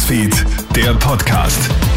Newsfeed, der Podcast.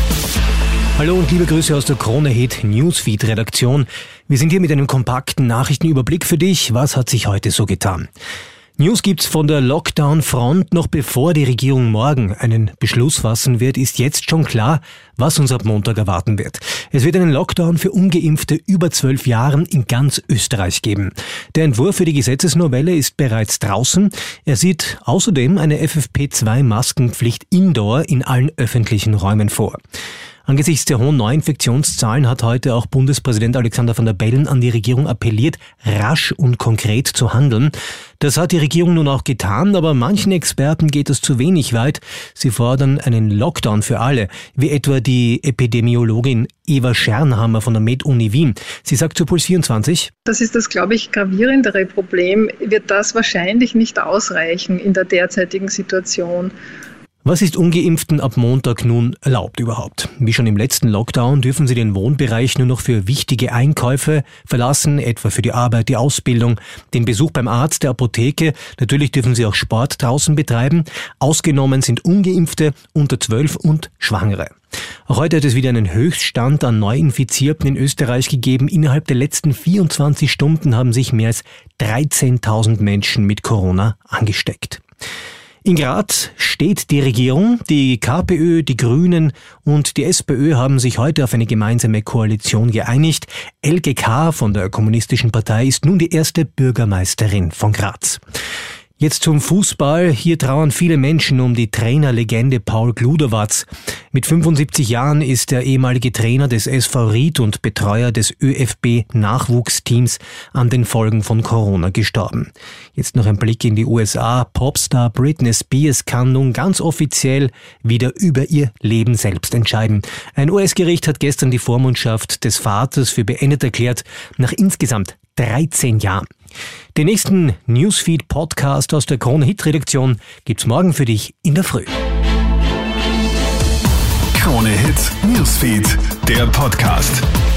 Hallo und liebe Grüße aus der Krone-Hit Newsfeed-Redaktion. Wir sind hier mit einem kompakten Nachrichtenüberblick für dich. Was hat sich heute so getan? News gibt's von der Lockdown-Front. Noch bevor die Regierung morgen einen Beschluss fassen wird, ist jetzt schon klar, was uns ab Montag erwarten wird. Es wird einen Lockdown für Ungeimpfte über 12 Jahren in ganz Österreich geben. Der Entwurf für die Gesetzesnovelle ist bereits draußen. Er sieht außerdem eine FFP2-Maskenpflicht indoor in allen öffentlichen Räumen vor. Angesichts der hohen Neuinfektionszahlen hat heute auch Bundespräsident Alexander Van der Bellen an die Regierung appelliert, rasch und konkret zu handeln. Das hat die Regierung nun auch getan, aber manchen Experten geht es zu wenig weit. Sie fordern einen Lockdown für alle, wie etwa die Epidemiologin Eva Schernhammer von der Med-Uni Wien. Sie sagt zu Puls 24: Das ist das, glaube ich, gravierendere Problem. Wird das wahrscheinlich nicht ausreichen in der derzeitigen Situation. Was ist Ungeimpften ab Montag nun erlaubt überhaupt? Wie schon im letzten Lockdown dürfen sie den Wohnbereich nur noch für wichtige Einkäufe verlassen, etwa für die Arbeit, die Ausbildung, den Besuch beim Arzt, der Apotheke. Natürlich dürfen sie auch Sport draußen betreiben. Ausgenommen sind Ungeimpfte, unter 12 und Schwangere. Auch heute hat es wieder einen Höchststand an Neuinfizierten in Österreich gegeben. Innerhalb der letzten 24 Stunden haben sich mehr als 13.000 Menschen mit Corona angesteckt. In Graz steht die Regierung. Die KPÖ, die Grünen und die SPÖ haben sich heute auf eine gemeinsame Koalition geeinigt. Elke K. von der Kommunistischen Partei ist nun die erste Bürgermeisterin von Graz. Jetzt zum Fußball. Hier trauern viele Menschen um die Trainerlegende Paul Gludowatz. Mit 75 Jahren ist der ehemalige Trainer des SV Ried und Betreuer des ÖFB-Nachwuchsteams an den Folgen von Corona gestorben. Jetzt noch ein Blick in die USA. Popstar Britney Spears kann nun ganz offiziell wieder über ihr Leben selbst entscheiden. Ein US-Gericht hat gestern die Vormundschaft des Vaters für beendet erklärt, nach insgesamt 13 Jahren. Den nächsten Newsfeed-Podcast aus der Krone-Hit-Redaktion gibt's morgen für dich in der Früh. Krone-Hit Newsfeed, der Podcast.